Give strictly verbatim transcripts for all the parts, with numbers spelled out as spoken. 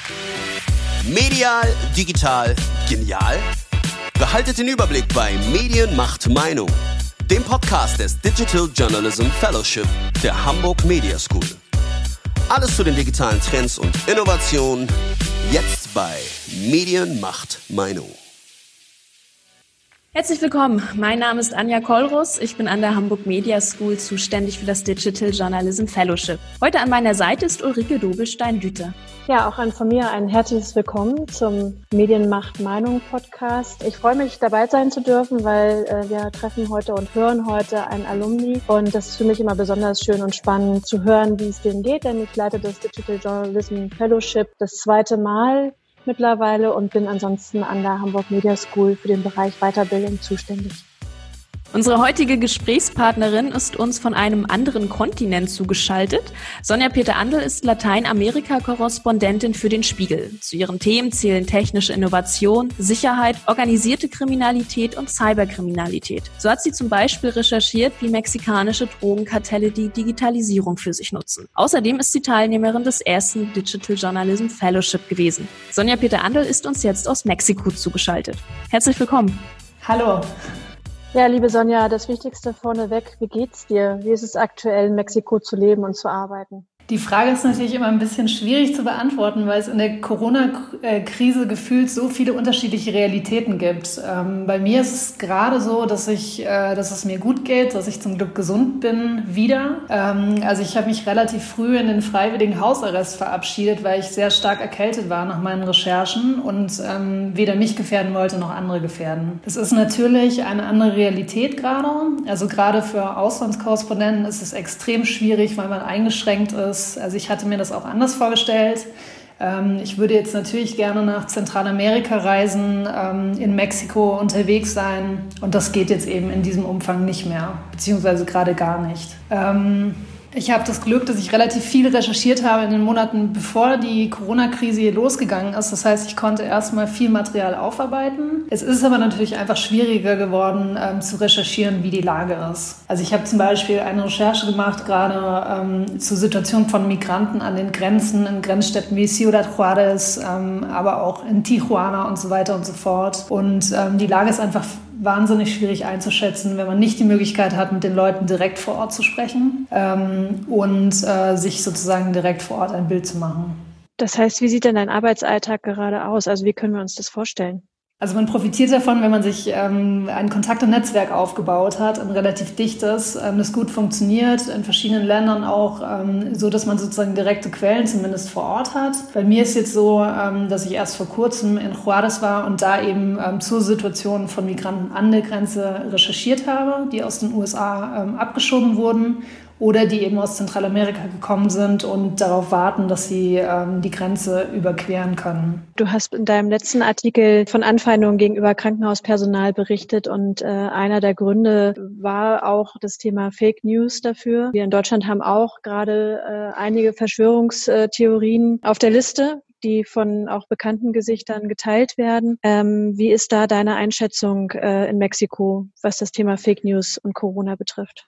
Medial, digital, genial? Behaltet den Überblick bei Medien macht Meinung, dem Podcast des Digital Journalism Fellowship der Hamburg Media School. Alles zu den digitalen Trends und Innovationen, jetzt bei Medien macht Meinung. Herzlich willkommen, mein Name ist Anja Kollruss, ich bin an der Hamburg Media School zuständig für das Digital Journalism Fellowship. Heute an meiner Seite ist Ulrike Dobelstein-Düter. Ja, auch von mir ein herzliches Willkommen zum Medien macht Meinung Podcast. Ich freue mich, dabei sein zu dürfen, weil äh, wir treffen heute und hören heute einen Alumni. Und das ist für mich immer besonders schön und spannend zu hören, wie es denen geht, denn ich leite das Digital Journalism Fellowship das zweite Mal mittlerweile und bin ansonsten an der Hamburg Media School für den Bereich Weiterbildung zuständig. Unsere heutige Gesprächspartnerin ist uns von einem anderen Kontinent zugeschaltet. Sonja Peter-Andl ist Lateinamerika-Korrespondentin für den Spiegel. Zu ihren Themen zählen technische Innovation, Sicherheit, organisierte Kriminalität und Cyberkriminalität. So hat sie zum Beispiel recherchiert, wie mexikanische Drogenkartelle die Digitalisierung für sich nutzen. Außerdem ist sie Teilnehmerin des ersten Digital Journalism Fellowship gewesen. Sonja Peter-Andl ist uns jetzt aus Mexiko zugeschaltet. Herzlich willkommen. Hallo. Ja, liebe Sonja, das Wichtigste vorneweg, wie geht's dir? Wie ist es aktuell in Mexiko zu leben und zu arbeiten? Die Frage ist natürlich immer ein bisschen schwierig zu beantworten, weil es in der Corona-Krise gefühlt so viele unterschiedliche Realitäten gibt. Ähm, bei mir ist es gerade so, dass ich, äh, dass es mir gut geht, dass ich zum Glück gesund bin wieder. Ähm, also ich habe mich relativ früh in den freiwilligen Hausarrest verabschiedet, weil ich sehr stark erkältet war nach meinen Recherchen und ähm, weder mich gefährden wollte noch andere gefährden. Das ist natürlich eine andere Realität gerade. Also gerade für Auslandskorrespondenten ist es extrem schwierig, weil man eingeschränkt ist. Also ich hatte mir das auch anders vorgestellt. Ich würde jetzt natürlich gerne nach Zentralamerika reisen, in Mexiko unterwegs sein. Und das geht jetzt eben in diesem Umfang nicht mehr, beziehungsweise gerade gar nicht. Ich habe das Glück, dass ich relativ viel recherchiert habe in den Monaten, bevor die Corona-Krise hier losgegangen ist. Das heißt, ich konnte erstmal viel Material aufarbeiten. Es ist aber natürlich einfach schwieriger geworden, ähm, zu recherchieren, wie die Lage ist. Also ich habe zum Beispiel eine Recherche gemacht, gerade ähm, zur Situation von Migranten an den Grenzen, in Grenzstädten wie Ciudad Juárez, ähm, aber auch in Tijuana und so weiter und so fort. Und ähm, die Lage ist einfach wahnsinnig schwierig einzuschätzen, wenn man nicht die Möglichkeit hat, mit den Leuten direkt vor Ort zu sprechen ähm, und äh, sich sozusagen direkt vor Ort ein Bild zu machen. Das heißt, wie sieht denn dein Arbeitsalltag gerade aus? Also wie können wir uns das vorstellen? Also man profitiert davon, wenn man sich ähm, ein Kontakt- und Netzwerk aufgebaut hat, ein relativ dichtes, ähm, das gut funktioniert, in verschiedenen Ländern auch, ähm, so dass man sozusagen direkte Quellen zumindest vor Ort hat. Bei mir ist jetzt so, ähm, dass ich erst vor kurzem in Juárez war und da eben ähm, zur Situation von Migranten an der Grenze recherchiert habe, die aus den U S A ähm, abgeschoben wurden oder die eben aus Zentralamerika gekommen sind und darauf warten, dass sie ähm, die Grenze überqueren können. Du hast in deinem letzten Artikel von Anfeindungen gegenüber Krankenhauspersonal berichtet und äh, einer der Gründe war auch das Thema Fake News dafür. Wir in Deutschland haben auch gerade äh, einige Verschwörungstheorien auf der Liste, die von auch bekannten Gesichtern geteilt werden. Ähm, wie ist da deine Einschätzung äh, in Mexiko, was das Thema Fake News und Corona betrifft?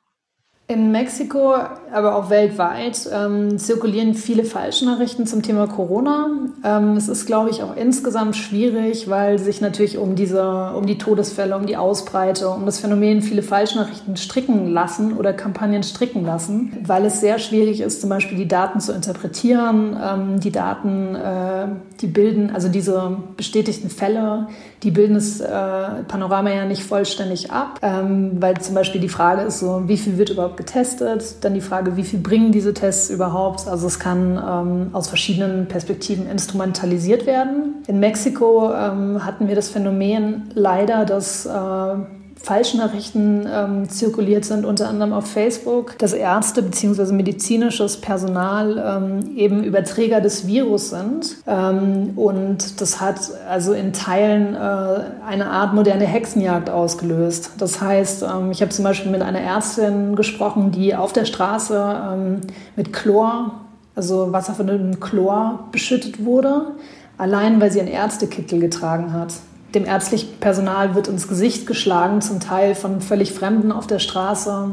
In Mexiko, aber auch weltweit, ähm, zirkulieren viele Falschnachrichten zum Thema Corona. Ähm, es ist, glaube ich, auch insgesamt schwierig, weil sich natürlich um diese, um die Todesfälle, um die Ausbreitung, um das Phänomen viele Falschnachrichten stricken lassen oder Kampagnen stricken lassen, weil es sehr schwierig ist, zum Beispiel die Daten zu interpretieren. Ähm, die Daten, äh, die bilden, also diese bestätigten Fälle, die bilden das äh, Panorama ja nicht vollständig ab, ähm, weil zum Beispiel die Frage ist so, wie viel wird überhaupt getestet? Dann die Frage, wie viel bringen diese Tests überhaupt? Also es kann ähm, aus verschiedenen Perspektiven instrumentalisiert werden. In Mexiko ähm, hatten wir das Phänomen leider, dass äh, Falschnachrichten ähm, zirkuliert sind, unter anderem auf Facebook, dass Ärzte bzw. medizinisches Personal ähm, eben Überträger des Virus sind. Ähm, und das hat also in Teilen äh, eine Art moderne Hexenjagd ausgelöst. Das heißt, ähm, ich habe zum Beispiel mit einer Ärztin gesprochen, die auf der Straße ähm, mit Chlor, also Wasser von dem Chlor, beschüttet wurde, allein weil sie einen Ärztekittel getragen hat. Dem ärztlichen Personal wird ins Gesicht geschlagen, zum Teil von völlig Fremden auf der Straße.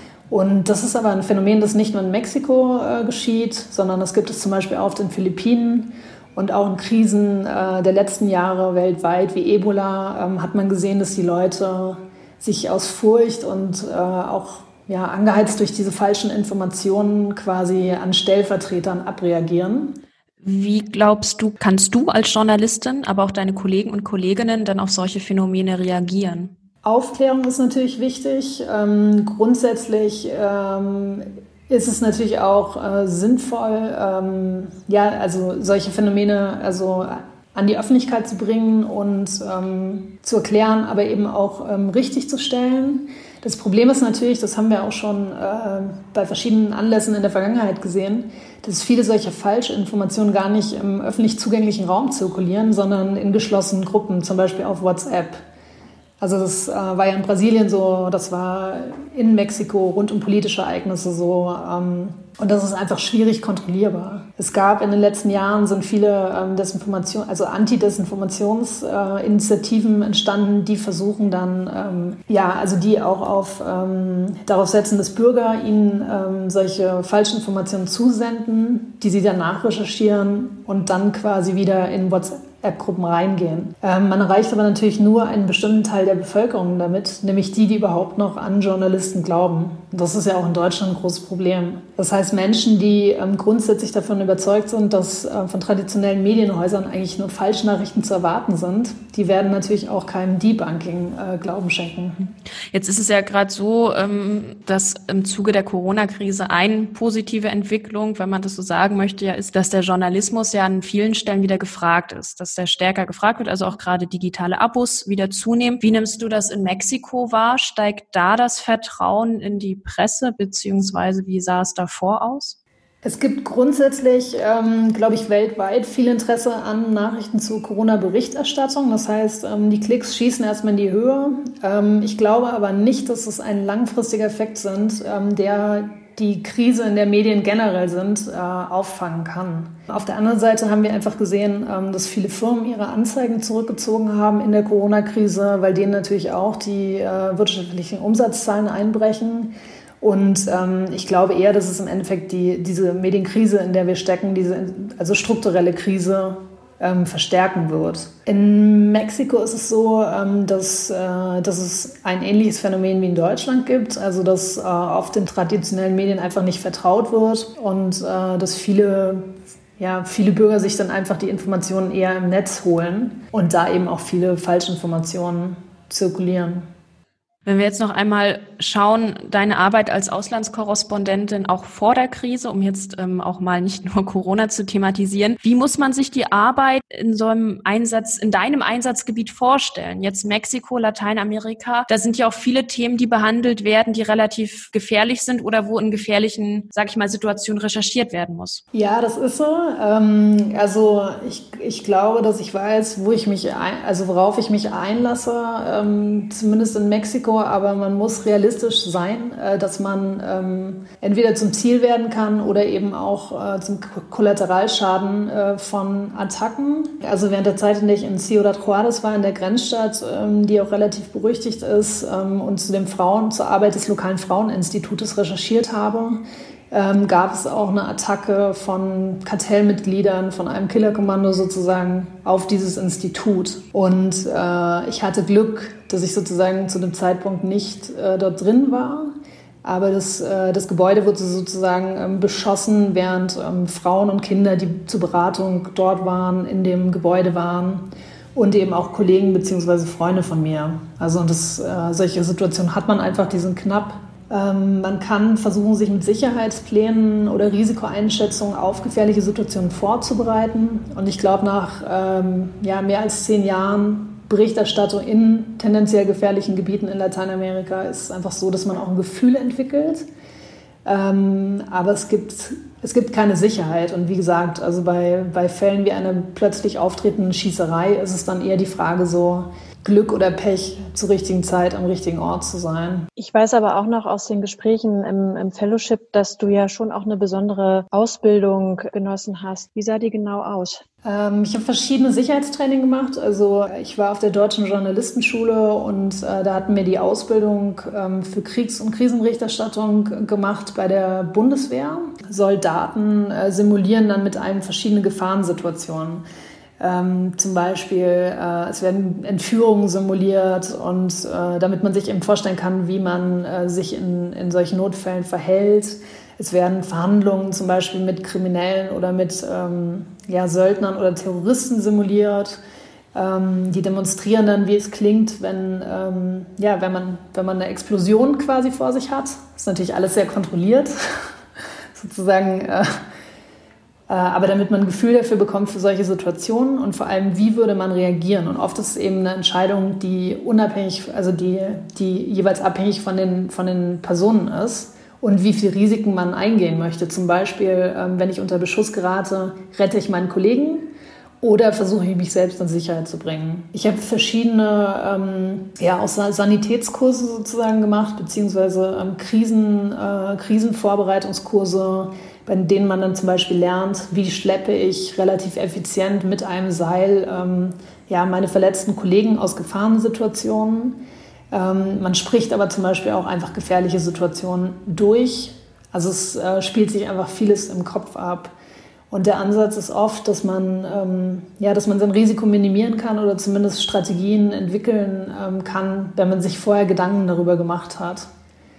Und das ist aber ein Phänomen, das nicht nur in Mexiko äh, geschieht, sondern das gibt es zum Beispiel auch auf den Philippinen Und auch in Krisen äh, der letzten Jahre weltweit wie Ebola ähm, hat man gesehen, dass die Leute sich aus Furcht und äh, auch ja, angeheizt durch diese falschen Informationen quasi an Stellvertretern abreagieren. Wie glaubst du, kannst du als Journalistin, aber auch deine Kollegen und Kolleginnen dann auf solche Phänomene reagieren? Aufklärung ist natürlich wichtig. Ähm, grundsätzlich ähm, ist es natürlich auch äh, sinnvoll, ähm, ja, also solche Phänomene also an die Öffentlichkeit zu bringen und ähm, zu erklären, aber eben auch ähm, richtig zu stellen. Das Problem ist natürlich, das haben wir auch schon äh, bei verschiedenen Anlässen in der Vergangenheit gesehen, dass viele solche Falschinformationen gar nicht im öffentlich zugänglichen Raum zirkulieren, sondern in geschlossenen Gruppen, zum Beispiel auf WhatsApp. Also das äh, war ja in Brasilien so, das war in Mexiko rund um politische Ereignisse so. Ähm, und das ist einfach schwierig kontrollierbar. Es gab in den letzten Jahren sind viele ähm, Desinformation, also Anti-Desinformationsinitiativen äh, entstanden, die versuchen dann, ähm, ja, also die auch auf ähm, darauf setzen, dass Bürger ihnen ähm, solche Falschinformationen zusenden, die sie dann nachrecherchieren und dann quasi wieder in WhatsApp App-Gruppen reingehen. Ähm, man erreicht aber natürlich nur einen bestimmten Teil der Bevölkerung damit, nämlich die, die überhaupt noch an Journalisten glauben. Und das ist ja auch in Deutschland ein großes Problem. Das heißt, Menschen, die ähm, grundsätzlich davon überzeugt sind, dass äh, von traditionellen Medienhäusern eigentlich nur Falschnachrichten zu erwarten sind, die werden natürlich auch keinem Debunking äh, Glauben schenken. Jetzt ist es ja gerade so, ähm, dass im Zuge der Corona-Krise eine positive Entwicklung, wenn man das so sagen möchte, ja ist, dass der Journalismus ja an vielen Stellen wieder gefragt ist, dass der stärker gefragt wird, also auch gerade digitale Abos wieder zunehmen. Wie nimmst du das in Mexiko wahr? Steigt da das Vertrauen in die Presse, beziehungsweise wie sah es davor aus? Es gibt grundsätzlich, ähm, glaube ich, weltweit viel Interesse an Nachrichten zu Corona-Berichterstattung. Das heißt, ähm, die Klicks schießen erstmal in die Höhe. Ähm, ich glaube aber nicht, dass es ein langfristiger Effekt sind, ähm, der die Krise in der Medien generell sind, äh, auffangen kann. Auf der anderen Seite haben wir einfach gesehen, ähm, dass viele Firmen ihre Anzeigen zurückgezogen haben in der Corona-Krise, weil denen natürlich auch die äh, wirtschaftlichen Umsatzzahlen einbrechen. Und ähm, ich glaube eher, dass es im Endeffekt die, diese Medienkrise, in der wir stecken, diese also strukturelle Krise, ähm, verstärken wird. In Mexiko ist es so, ähm, dass, äh, dass es ein ähnliches Phänomen wie in Deutschland gibt, also dass äh, auf den traditionellen Medien einfach nicht vertraut wird und äh, dass viele, ja, viele Bürger sich dann einfach die Informationen eher im Netz holen und da eben auch viele Falschinformationen zirkulieren. Wenn wir jetzt noch einmal schauen, deine Arbeit als Auslandskorrespondentin auch vor der Krise, um jetzt ähm, auch mal nicht nur Corona zu thematisieren. Wie muss man sich die Arbeit in so einem Einsatz, in deinem Einsatzgebiet vorstellen? Jetzt Mexiko, Lateinamerika, da sind ja auch viele Themen, die behandelt werden, die relativ gefährlich sind oder wo in gefährlichen, sag ich mal, Situationen recherchiert werden muss. Ja, das ist so. Ähm, also ich, ich glaube, dass ich weiß, wo ich mich, ein, also worauf ich mich einlasse, ähm, zumindest in Mexiko. Aber man muss realistisch sein, dass man ähm, entweder zum Ziel werden kann oder eben auch äh, zum Kollateralschaden äh, von Attacken. Also während der Zeit, in der ich in Ciudad Juárez war, in der Grenzstadt, ähm, die auch relativ berüchtigt ist ähm, und zu den Frauen, zur Arbeit des lokalen Fraueninstitutes recherchiert habe, ähm, gab es auch eine Attacke von Kartellmitgliedern, von einem Killerkommando sozusagen auf dieses Institut. Und äh, ich hatte Glück, dass ich sozusagen zu dem Zeitpunkt nicht äh, dort drin war. Aber das, äh, das Gebäude wurde sozusagen ähm, beschossen, während ähm, Frauen und Kinder, die zur Beratung dort waren, in dem Gebäude waren. Und eben auch Kollegen bzw. Freunde von mir. Also und das, äh, solche Situationen hat man einfach, die sind knapp. Ähm, man kann versuchen, sich mit Sicherheitsplänen oder Risikoeinschätzungen auf gefährliche Situationen vorzubereiten. Und ich glaube, nach ähm, ja, mehr als zehn Jahren Berichterstattung in tendenziell gefährlichen Gebieten in Lateinamerika ist es einfach so, dass man auch ein Gefühl entwickelt. Ähm, aber es gibt, es gibt keine Sicherheit. Und wie gesagt, also bei, bei Fällen wie einer plötzlich auftretenden Schießerei ist es dann eher die Frage so, Glück oder Pech, zur richtigen Zeit am richtigen Ort zu sein. Ich weiß aber auch noch aus den Gesprächen im, im Fellowship, dass du ja schon auch eine besondere Ausbildung genossen hast. Wie sah die genau aus? Ähm, ich habe verschiedene Sicherheitstraining gemacht. Also ich war auf der Deutschen Journalistenschule und äh, da hatten wir die Ausbildung ähm, für Kriegs- und Krisenberichterstattung gemacht bei der Bundeswehr. Soldaten äh, simulieren dann mit einem verschiedene Gefahrensituationen. Ähm, zum Beispiel, äh, es werden Entführungen simuliert und äh, damit man sich eben vorstellen kann, wie man äh, sich in, in solchen Notfällen verhält. Es werden Verhandlungen zum Beispiel mit Kriminellen oder mit ähm, ja, Söldnern oder Terroristen simuliert. Ähm, die demonstrieren dann, wie es klingt, wenn, ähm, ja, wenn, man, wenn man eine Explosion quasi vor sich hat. Das ist natürlich alles sehr kontrolliert, sozusagen. Äh, Aber damit man ein Gefühl dafür bekommt für solche Situationen und vor allem, wie würde man reagieren? Und oft ist es eben eine Entscheidung, die unabhängig, also die, die jeweils abhängig von den, von den Personen ist und wie viel Risiken man eingehen möchte. Zum Beispiel, wenn ich unter Beschuss gerate, rette ich meinen Kollegen oder versuche ich mich selbst in Sicherheit zu bringen. Ich habe verschiedene ähm, ja, auch Sanitätskurse sozusagen gemacht, beziehungsweise ähm, Krisen, äh, Krisenvorbereitungskurse, bei denen man dann zum Beispiel lernt, wie schleppe ich relativ effizient mit einem Seil ähm, ja, meine verletzten Kollegen aus Gefahrensituationen. Ähm, man spricht aber zum Beispiel auch einfach gefährliche Situationen durch. Also es äh, spielt sich einfach vieles im Kopf ab. Und der Ansatz ist oft, dass man, ähm, ja, dass man sein Risiko minimieren kann oder zumindest Strategien entwickeln ähm, kann, wenn man sich vorher Gedanken darüber gemacht hat.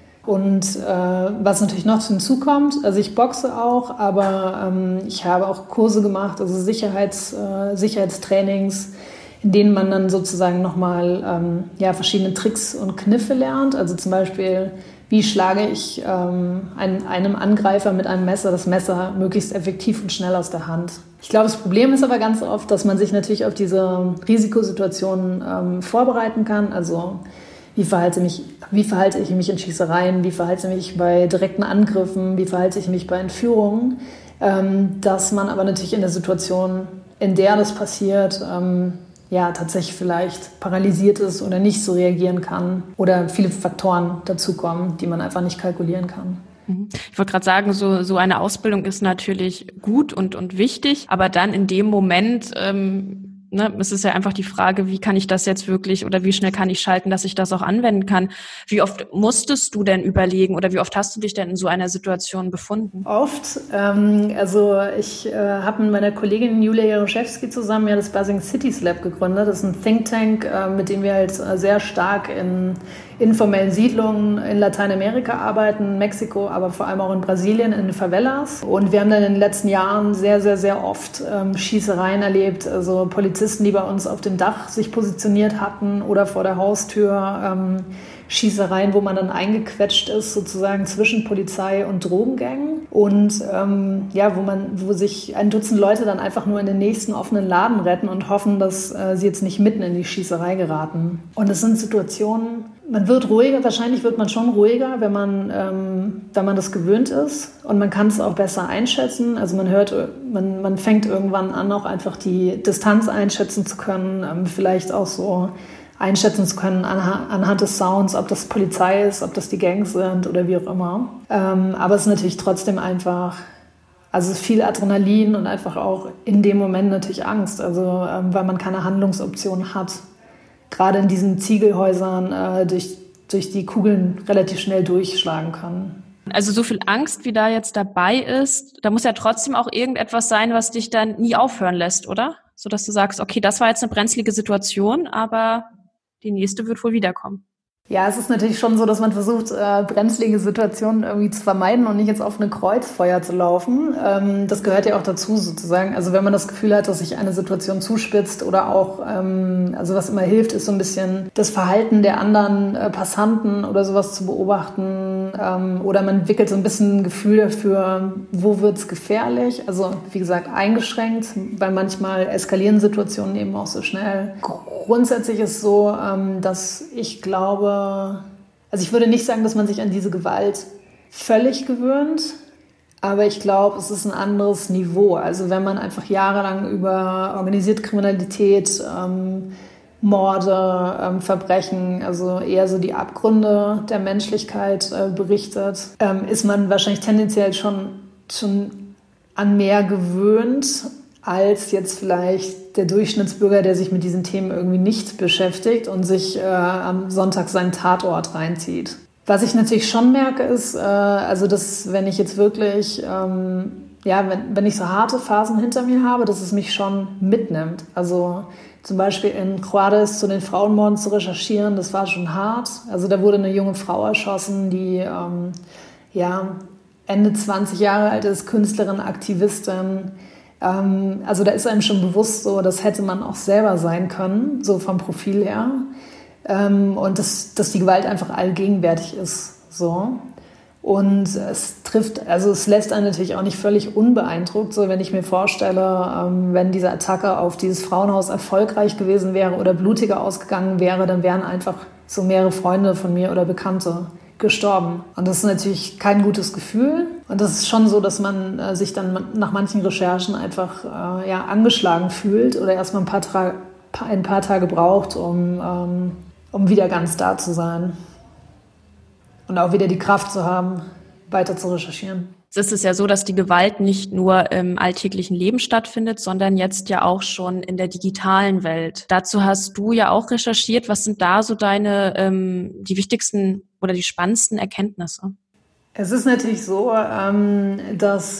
Und äh, was natürlich noch hinzukommt, also ich boxe auch, aber ähm, ich habe auch Kurse gemacht, also Sicherheits, äh, Sicherheitstrainings, in denen man dann sozusagen nochmal ähm, ja, verschiedene Tricks und Kniffe lernt. Also zum Beispiel, wie schlage ich ähm, einen, einem Angreifer mit einem Messer das Messer möglichst effektiv und schnell aus der Hand. Ich glaube, das Problem ist aber ganz oft, dass man sich natürlich auf diese Risikosituationen ähm, vorbereiten kann. Also Wie verhalte, mich, wie verhalte ich mich in Schießereien? Wie verhalte ich mich bei direkten Angriffen? Wie verhalte ich mich bei Entführungen? Ähm, dass man aber natürlich in der Situation, in der das passiert, ähm, ja, tatsächlich vielleicht paralysiert ist oder nicht so reagieren kann oder viele Faktoren dazukommen, die man einfach nicht kalkulieren kann. Ich wollte gerade sagen, so so eine Ausbildung ist natürlich gut und und wichtig, aber dann in dem Moment ähm, Ne, es ist ja einfach die Frage, wie kann ich das jetzt wirklich oder wie schnell kann ich schalten, dass ich das auch anwenden kann. Wie oft musstest du denn überlegen oder wie oft hast du dich denn in so einer Situation befunden? Oft. Ähm, also ich äh, habe mit meiner Kollegin Julia Jaroszewski zusammen ja das Buzzing Cities Lab gegründet. Das ist ein Think Tank, äh, mit dem wir halt sehr stark in informellen Siedlungen in Lateinamerika arbeiten, Mexiko, aber vor allem auch in Brasilien, in den Favelas. Und wir haben dann in den letzten Jahren sehr, sehr, sehr oft ähm, Schießereien erlebt. Also Polizisten, die bei uns auf dem Dach sich positioniert hatten oder vor der Haustür. Ähm, Schießereien, wo man dann eingequetscht ist, sozusagen zwischen Polizei und Drogengängen. Und ähm, ja, wo man, wo sich ein Dutzend Leute dann einfach nur in den nächsten offenen Laden retten und hoffen, dass äh, sie jetzt nicht mitten in die Schießerei geraten. Und es sind Situationen, man wird ruhiger, wahrscheinlich wird man schon ruhiger, wenn man, ähm, wenn man das gewöhnt ist. Und man kann es auch besser einschätzen. Also man hört, man, man fängt irgendwann an, auch einfach die Distanz einschätzen zu können, ähm, vielleicht auch so einschätzen zu können anhand des Sounds, ob das Polizei ist, ob das die Gangs sind oder wie auch immer. Ähm, aber es ist natürlich trotzdem einfach, also viel Adrenalin und einfach auch in dem Moment natürlich Angst, also ähm, weil man keine Handlungsoption hat. Gerade in diesen Ziegelhäusern äh, durch, durch die Kugeln relativ schnell durchschlagen kann. Also so viel Angst, wie da jetzt dabei ist, da muss ja trotzdem auch irgendetwas sein, was dich dann nie aufhören lässt, oder? So dass du sagst, okay, das war jetzt eine brenzlige Situation, aber die nächste wird wohl wiederkommen. Ja, es ist natürlich schon so, dass man versucht, äh, brenzlige Situationen irgendwie zu vermeiden und nicht jetzt auf eine Kreuzfeuer zu laufen. Ähm, das gehört ja auch dazu sozusagen. Also wenn man das Gefühl hat, dass sich eine Situation zuspitzt oder auch, ähm, also was immer hilft, ist so ein bisschen das Verhalten der anderen äh, Passanten oder sowas zu beobachten. Ähm, oder man entwickelt so ein bisschen ein Gefühl dafür, wo wird's gefährlich. Also wie gesagt, eingeschränkt, weil manchmal eskalieren Situationen eben auch so schnell. Grundsätzlich ist so, ähm, dass ich glaube, also ich würde nicht sagen, dass man sich an diese Gewalt völlig gewöhnt, aber ich glaube, es ist ein anderes Niveau. Also wenn man einfach jahrelang über organisierte Kriminalität, ähm, Morde, ähm, Verbrechen, also eher so die Abgründe der Menschlichkeit äh, berichtet, ähm, ist man wahrscheinlich tendenziell schon, schon an mehr gewöhnt als jetzt vielleicht der Durchschnittsbürger, der sich mit diesen Themen irgendwie nicht beschäftigt und sich äh, am Sonntag seinen Tatort reinzieht. Was ich natürlich schon merke, ist, äh, also dass wenn ich jetzt wirklich, ähm, ja, wenn, wenn ich so harte Phasen hinter mir habe, dass es mich schon mitnimmt. Also zum Beispiel in Juárez zu den Frauenmorden zu recherchieren, das war schon hart. Also da wurde eine junge Frau erschossen, die ähm, ja, Ende zwanzig Jahre alt ist, Künstlerin, Aktivistin. Ähm, also da ist einem schon bewusst so, das hätte man auch selber sein können, so vom Profil her. Ähm, und dass, dass die Gewalt einfach allgegenwärtig ist. So. Und es trifft, also es lässt einen natürlich auch nicht völlig unbeeindruckt, so wenn ich mir vorstelle, ähm, wenn diese Attacke auf dieses Frauenhaus erfolgreich gewesen wäre oder blutiger ausgegangen wäre, dann wären einfach so mehrere Freunde von mir oder Bekannte gestorben. Und das ist natürlich kein gutes Gefühl. Und das ist schon so, dass man äh, sich dann nach manchen Recherchen einfach äh, ja, angeschlagen fühlt oder erstmal ein paar, Tra- ein paar Tage braucht, um, ähm, um wieder ganz da zu sein. Und auch wieder die Kraft zu haben, weiter zu recherchieren. Es ist ja so, dass die Gewalt nicht nur im alltäglichen Leben stattfindet, sondern jetzt ja auch schon in der digitalen Welt. Dazu hast du ja auch recherchiert. Was sind da so deine, ähm, die wichtigsten oder die spannendsten Erkenntnisse? Es ist natürlich so, ähm, dass äh,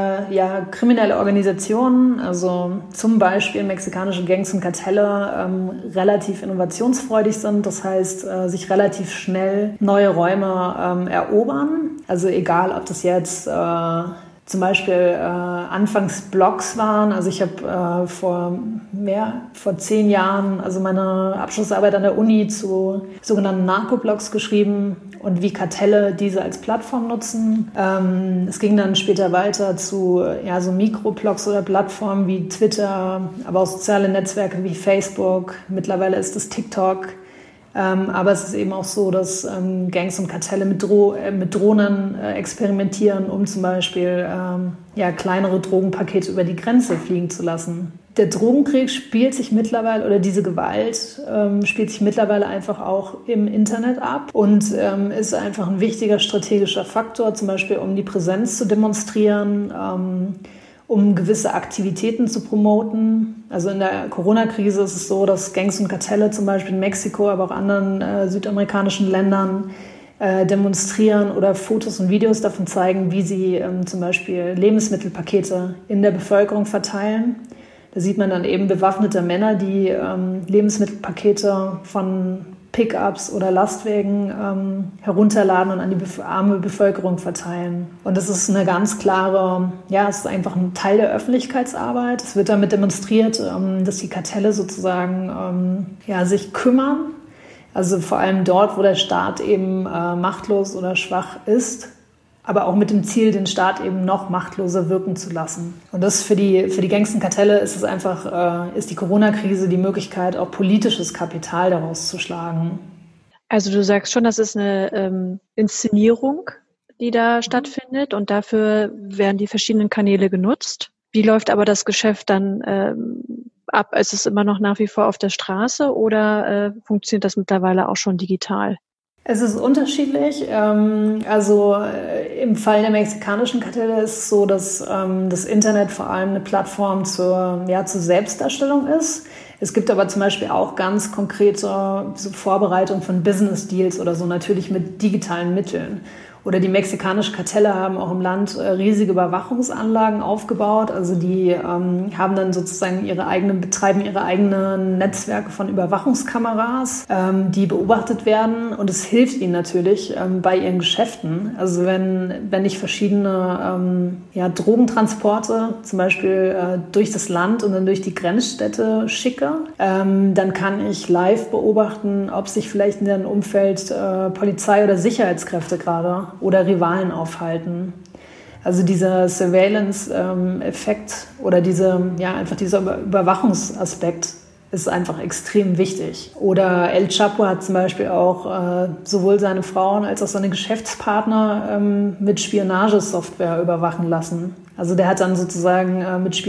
ja, kriminelle Organisationen, also zum Beispiel mexikanische Gangs und Kartelle, ähm, relativ innovationsfreudig sind. Das heißt, äh, sich relativ schnell neue Räume ähm, erobern. Also egal, ob das jetzt äh, zum Beispiel äh, anfangs Blogs waren. Also ich habe äh, vor mehr, vor zehn Jahren, also meine Abschlussarbeit an der Uni zu sogenannten Narco-Blogs geschrieben und wie Kartelle diese als Plattform nutzen. Ähm, es ging dann später weiter zu ja, so Mikroblogs oder Plattformen wie Twitter, aber auch soziale Netzwerke wie Facebook. Mittlerweile ist es TikTok. Ähm, aber es ist eben auch so, dass ähm, Gangs und Kartelle mit, Dro- äh, mit Drohnen äh, experimentieren, um zum Beispiel ähm, ja, kleinere Drogenpakete über die Grenze fliegen zu lassen. Der Drogenkrieg spielt sich mittlerweile, oder diese Gewalt ähm, spielt sich mittlerweile einfach auch im Internet ab und ähm, ist einfach ein wichtiger strategischer Faktor, zum Beispiel um die Präsenz zu demonstrieren, ähm, um gewisse Aktivitäten zu promoten. Also in der Corona-Krise ist es so, dass Gangs und Kartelle zum Beispiel in Mexiko, aber auch anderen äh, südamerikanischen Ländern äh, demonstrieren oder Fotos und Videos davon zeigen, wie sie ähm, zum Beispiel Lebensmittelpakete in der Bevölkerung verteilen. Da sieht man dann eben bewaffnete Männer, die ähm, Lebensmittelpakete von Pickups oder Lastwagen ähm, herunterladen und an die bef- arme Bevölkerung verteilen. Und das ist eine ganz klare, ja, es ist einfach ein Teil der Öffentlichkeitsarbeit. Es wird damit demonstriert, ähm, dass die Kartelle sozusagen ähm, ja, sich kümmern. Also vor allem dort, wo der Staat eben äh, machtlos oder schwach ist, aber auch mit dem Ziel, den Staat eben noch machtloser wirken zu lassen. Und das für die, für die Gangs und Kartelle ist es einfach, äh, ist die Corona-Krise die Möglichkeit, auch politisches Kapital daraus zu schlagen. Also du sagst schon, das ist eine ähm, Inszenierung, die da mhm. stattfindet und dafür werden die verschiedenen Kanäle genutzt. Wie läuft aber das Geschäft dann ähm, ab? Ist es immer noch nach wie vor auf der Straße oder äh, funktioniert das mittlerweile auch schon digital? Es ist unterschiedlich. Also im Fall der mexikanischen Kartelle ist es so, dass das Internet vor allem eine Plattform zur, ja, zur Selbstdarstellung ist. Es gibt aber zum Beispiel auch ganz konkrete so Vorbereitung von Business Deals oder so, natürlich mit digitalen Mitteln. Oder die mexikanische Kartelle haben auch im Land äh, riesige Überwachungsanlagen aufgebaut. Also die ähm, haben dann sozusagen ihre eigenen, betreiben ihre eigenen Netzwerke von Überwachungskameras, ähm, die beobachtet werden. Und es hilft ihnen natürlich ähm, bei ihren Geschäften. Also wenn, wenn ich verschiedene ähm, ja, Drogentransporte zum Beispiel äh, durch das Land und dann durch die Grenzstädte schicke, ähm, dann kann ich live beobachten, ob sich vielleicht in deren Umfeld äh, Polizei oder Sicherheitskräfte gerade oder Rivalen aufhalten. Also dieser Surveillance-Effekt oder diese, ja, einfach dieser Überwachungsaspekt ist einfach extrem wichtig. Oder El Chapo hat zum Beispiel auch äh, sowohl seine Frauen als auch seine Geschäftspartner ähm, mit Spionagesoftware überwachen lassen. Also der hat dann sozusagen äh, mit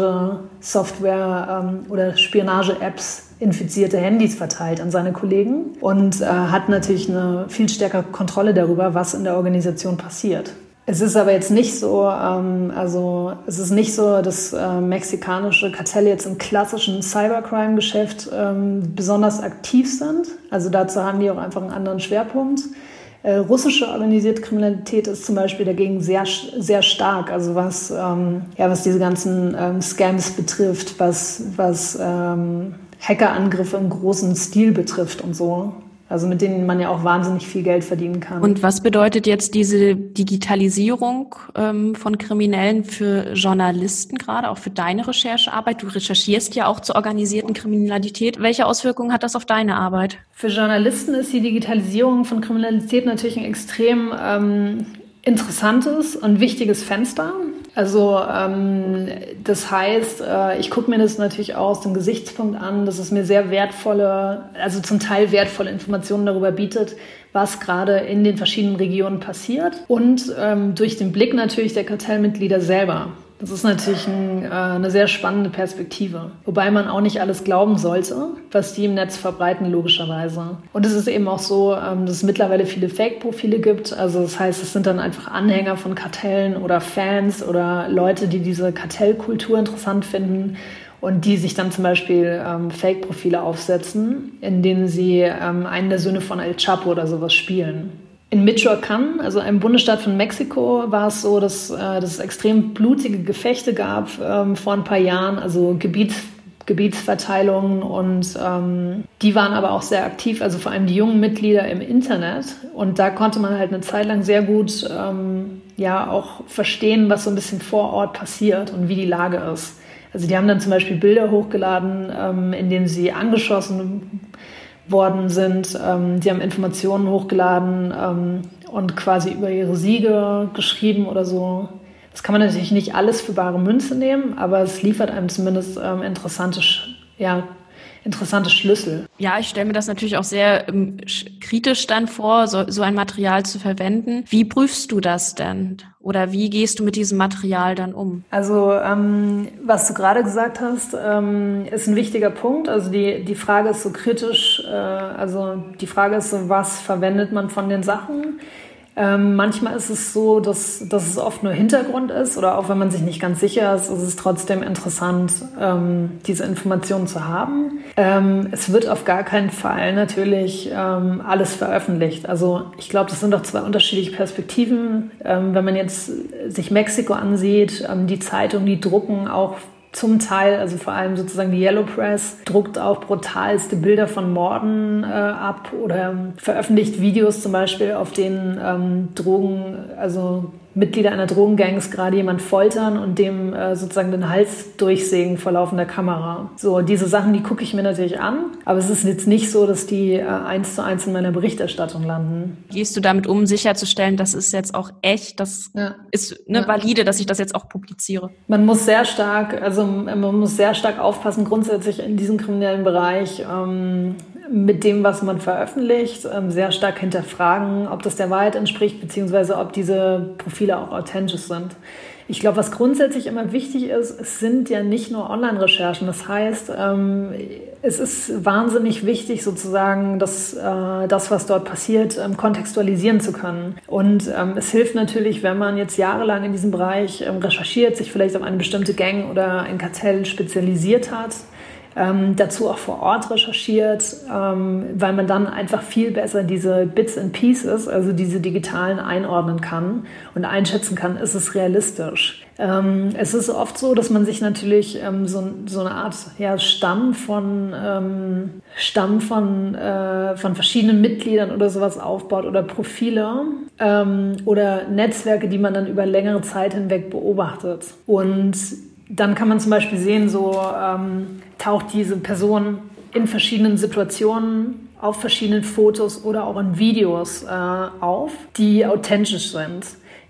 Spionagesoftware ähm, oder Spionage-Apps infizierte Handys verteilt an seine Kollegen und äh, hat natürlich eine viel stärkere Kontrolle darüber, was in der Organisation passiert. Es ist aber jetzt nicht so, ähm, also es ist nicht so, dass äh, mexikanische Kartelle jetzt im klassischen Cybercrime-Geschäft ähm, besonders aktiv sind. Also dazu haben die auch einfach einen anderen Schwerpunkt. Äh, russische organisierte Kriminalität ist zum Beispiel dagegen sehr, sehr stark. Also was, ähm, ja, was diese ganzen ähm, Scams betrifft, was, was ähm, Hackerangriffe im großen Stil betrifft und so. Also mit denen man ja auch wahnsinnig viel Geld verdienen kann. Und was bedeutet jetzt diese Digitalisierung ähm, von Kriminellen für Journalisten gerade, auch für deine Recherchearbeit? Du recherchierst ja auch zur organisierten Kriminalität. Welche Auswirkungen hat das auf deine Arbeit? Für Journalisten ist die Digitalisierung von Kriminalität natürlich ein extrem ähm, interessantes und wichtiges Fenster. Also ähm, das heißt, äh, ich gucke mir das natürlich auch aus dem Gesichtspunkt an, dass es mir sehr wertvolle, also zum Teil wertvolle Informationen darüber bietet, was gerade in den verschiedenen Regionen passiert und ähm, durch den Blick natürlich der Kartellmitglieder selber. Das ist natürlich ein, äh, eine sehr spannende Perspektive. Wobei man auch nicht alles glauben sollte, was die im Netz verbreiten, logischerweise. Und es ist eben auch so, ähm, dass es mittlerweile viele Fake-Profile gibt. Also das heißt, es sind dann einfach Anhänger von Kartellen oder Fans oder Leute, die diese Kartellkultur interessant finden und die sich dann zum Beispiel ähm, Fake-Profile aufsetzen, in denen sie ähm, einen der Söhne von El Chapo oder sowas spielen. In Michoacán, also einem Bundesstaat von Mexiko, war es so, dass, äh, dass es extrem blutige Gefechte gab ähm, vor ein paar Jahren, also Gebiets, Gebietsverteilungen und ähm, die waren aber auch sehr aktiv, also vor allem die jungen Mitglieder im Internet und da konnte man halt eine Zeit lang sehr gut ähm, ja auch verstehen, was so ein bisschen vor Ort passiert und wie die Lage ist. Also die haben dann zum Beispiel Bilder hochgeladen, ähm, in denen sie angeschossen worden sind. Ähm, die haben Informationen hochgeladen ähm, und quasi über ihre Siege geschrieben oder so. Das kann man natürlich nicht alles für bare Münze nehmen, aber es liefert einem zumindest ähm, interessante, ja, interessante Schlüssel. Ja, ich stelle mir das natürlich auch sehr ähm, kritisch dann vor, so, so ein Material zu verwenden. Wie prüfst du das denn? Oder wie gehst du mit diesem Material dann um? Also ähm, was du gerade gesagt hast, ähm, ist ein wichtiger Punkt. Also die, die Frage ist so kritisch, äh, also die Frage ist so, was verwendet man von den Sachen? Ähm, manchmal ist es so, dass, dass es oft nur Hintergrund ist oder auch wenn man sich nicht ganz sicher ist, ist es trotzdem interessant, ähm, diese Informationen zu haben. Ähm, es wird auf gar keinen Fall natürlich ähm, alles veröffentlicht. Also ich glaube, das sind doch zwei unterschiedliche Perspektiven. Ähm, wenn man jetzt sich Mexiko ansieht, ähm, die Zeitungen, die drucken auch zum Teil, also vor allem sozusagen die Yellow Press, druckt auch brutalste Bilder von Morden äh, ab oder ähm, veröffentlicht Videos zum Beispiel, auf denen ähm, Drogen, also Mitglieder einer Drogengangs gerade jemand foltern und dem äh, sozusagen den Hals durchsägen vor laufender Kamera. So, diese Sachen, die gucke ich mir natürlich an, aber es ist jetzt nicht so, dass die äh, eins zu eins in meiner Berichterstattung landen. Gehst du damit um, sicherzustellen, das ist jetzt auch echt, das ja. ist ne, ja. valide, dass ich das jetzt auch publiziere? Man muss sehr stark, also man muss sehr stark aufpassen, grundsätzlich in diesem kriminellen Bereich, ähm, mit dem, was man veröffentlicht, ähm, sehr stark hinterfragen, ob das der Wahrheit entspricht, beziehungsweise ob diese Profile auch authentisch sind. Ich glaube, was grundsätzlich immer wichtig ist, es sind ja nicht nur Online-Recherchen. Das heißt, ähm, es ist wahnsinnig wichtig, sozusagen, dass, äh, das, was dort passiert, ähm, kontextualisieren zu können. Und ähm, es hilft natürlich, wenn man jetzt jahrelang in diesem Bereich ähm, recherchiert, sich vielleicht auf eine bestimmte Gang oder ein Kartell spezialisiert hat, Ähm, dazu auch vor Ort recherchiert, ähm, weil man dann einfach viel besser diese Bits and Pieces, also diese digitalen einordnen kann und einschätzen kann, ist es realistisch. Ähm, es ist oft so, dass man sich natürlich ähm, so, so eine Art ja, Stamm von, ähm, Stamm von, äh, von verschiedenen Mitgliedern oder sowas aufbaut oder Profile ähm, oder Netzwerke, die man dann über längere Zeit hinweg beobachtet. Und dann kann man zum Beispiel sehen, so ähm, taucht diese Person in verschiedenen Situationen, auf verschiedenen Fotos oder auch in Videos äh, auf, die authentisch sind.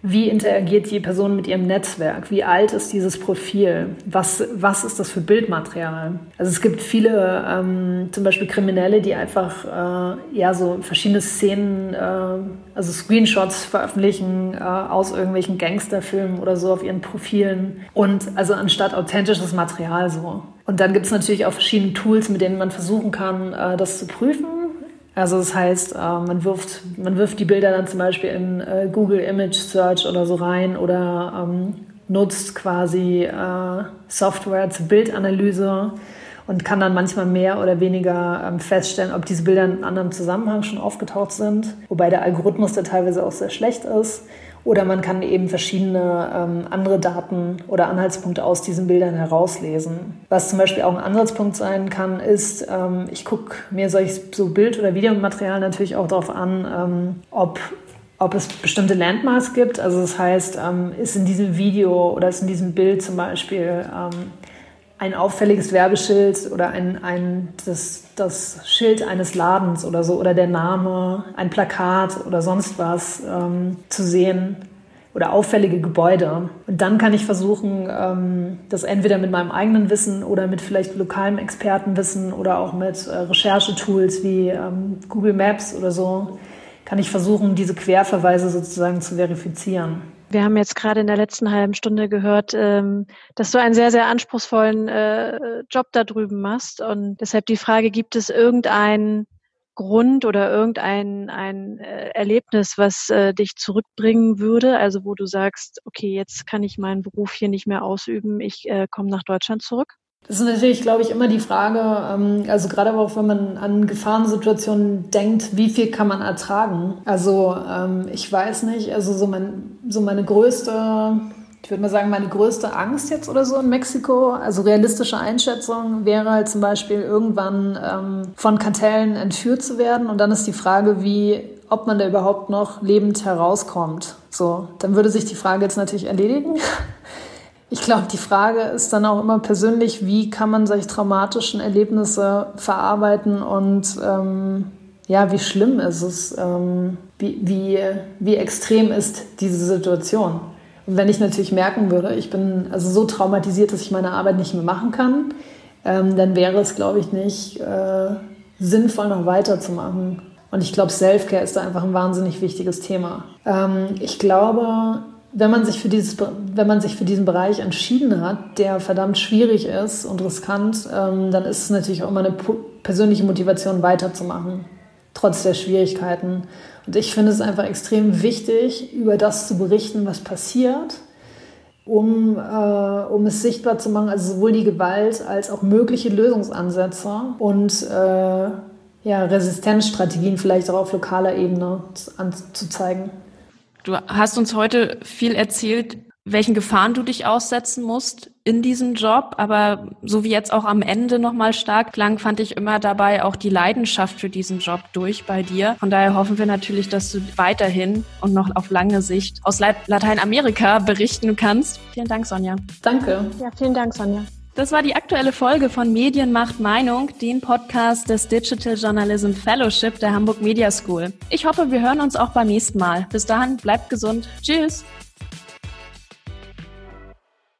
wie interagiert die Person mit ihrem Netzwerk? Wie alt ist dieses Profil? Was, was ist das für Bildmaterial? Also es gibt viele, ähm, zum Beispiel Kriminelle, die einfach äh, ja so verschiedene Szenen, äh, also Screenshots veröffentlichen äh, aus irgendwelchen Gangsterfilmen oder so auf ihren Profilen. Und also anstatt authentisches Material so. Und dann gibt es natürlich auch verschiedene Tools, mit denen man versuchen kann, äh, das zu prüfen. Also das heißt, äh, man wirft, man wirft die Bilder dann zum Beispiel in äh, Google Image Search oder so rein oder ähm, nutzt quasi äh, Software zur Bildanalyse und kann dann manchmal mehr oder weniger ähm, feststellen, ob diese Bilder in einem anderen Zusammenhang schon aufgetaucht sind, wobei der Algorithmus da teilweise auch sehr schlecht ist. Oder man kann eben verschiedene ähm, andere Daten oder Anhaltspunkte aus diesen Bildern herauslesen. Was zum Beispiel auch ein Ansatzpunkt sein kann, ist, ähm, ich gucke mir solch, so Bild- oder Videomaterial natürlich auch darauf an, ähm, ob, ob es bestimmte Landmarks gibt. Also das heißt, ähm, ist in diesem Video oder ist in diesem Bild zum Beispiel ähm, ein auffälliges Werbeschild oder ein, ein, das, das Schild eines Ladens oder so oder der Name, ein Plakat oder sonst was ähm, zu sehen oder auffällige Gebäude. Und dann kann ich versuchen, ähm, das entweder mit meinem eigenen Wissen oder mit vielleicht lokalem Expertenwissen oder auch mit äh, Recherchetools wie ähm, Google Maps oder so, kann ich versuchen, diese Querverweise sozusagen zu verifizieren. Wir haben jetzt gerade in der letzten halben Stunde gehört, ähm, dass du einen sehr, sehr anspruchsvollen äh, Job da drüben machst. Und deshalb die Frage, gibt es irgendeinen Grund oder irgendein ein äh, Erlebnis, was äh, dich zurückbringen würde? Also wo du sagst, okay, jetzt kann ich meinen Beruf hier nicht mehr ausüben, ich äh, komme nach Deutschland zurück? Das ist natürlich, glaube ich, immer die Frage, ähm, also gerade auch wenn man an Gefahrensituationen denkt, wie viel kann man ertragen? Also ähm, ich weiß nicht, also so, mein, so meine größte, ich würde mal sagen, meine größte Angst jetzt oder so in Mexiko, also realistische Einschätzung wäre halt zum Beispiel irgendwann ähm, von Kartellen entführt zu werden und dann ist die Frage, wie, ob man da überhaupt noch lebend herauskommt. So, dann würde sich die Frage jetzt natürlich erledigen. Ich glaube, die Frage ist dann auch immer persönlich, wie kann man solche traumatischen Erlebnisse verarbeiten und ähm, ja, wie schlimm ist es, ähm, wie, wie, wie extrem ist diese Situation. Und wenn ich natürlich merken würde, ich bin also so traumatisiert, dass ich meine Arbeit nicht mehr machen kann, ähm, dann wäre es, glaube ich, nicht äh, sinnvoll, noch weiterzumachen. Und ich glaube, Self-Care ist da einfach ein wahnsinnig wichtiges Thema. Ähm, ich glaube, wenn man sich für dieses, wenn man sich für diesen Bereich entschieden hat, der verdammt schwierig ist und riskant, ähm, dann ist es natürlich auch immer eine persönliche Motivation, weiterzumachen, trotz der Schwierigkeiten. Und ich finde es einfach extrem wichtig, über das zu berichten, was passiert, um, äh, um es sichtbar zu machen, also sowohl die Gewalt als auch mögliche Lösungsansätze und äh, ja, Resistenzstrategien vielleicht auch auf lokaler Ebene anzuzeigen. Du hast uns heute viel erzählt, welchen Gefahren du dich aussetzen musst in diesem Job, aber so wie jetzt auch am Ende nochmal stark klang, fand ich immer dabei auch die Leidenschaft für diesen Job durch bei dir. Von daher hoffen wir natürlich, dass du weiterhin und noch auf lange Sicht aus Lateinamerika berichten kannst. Vielen Dank, Sonja. Danke. Ja, vielen Dank, Sonja. Das war die aktuelle Folge von Medien macht Meinung, dem Podcast des Digital Journalism Fellowship der Hamburg Media School. Ich hoffe, wir hören uns auch beim nächsten Mal. Bis dahin, bleibt gesund. Tschüss.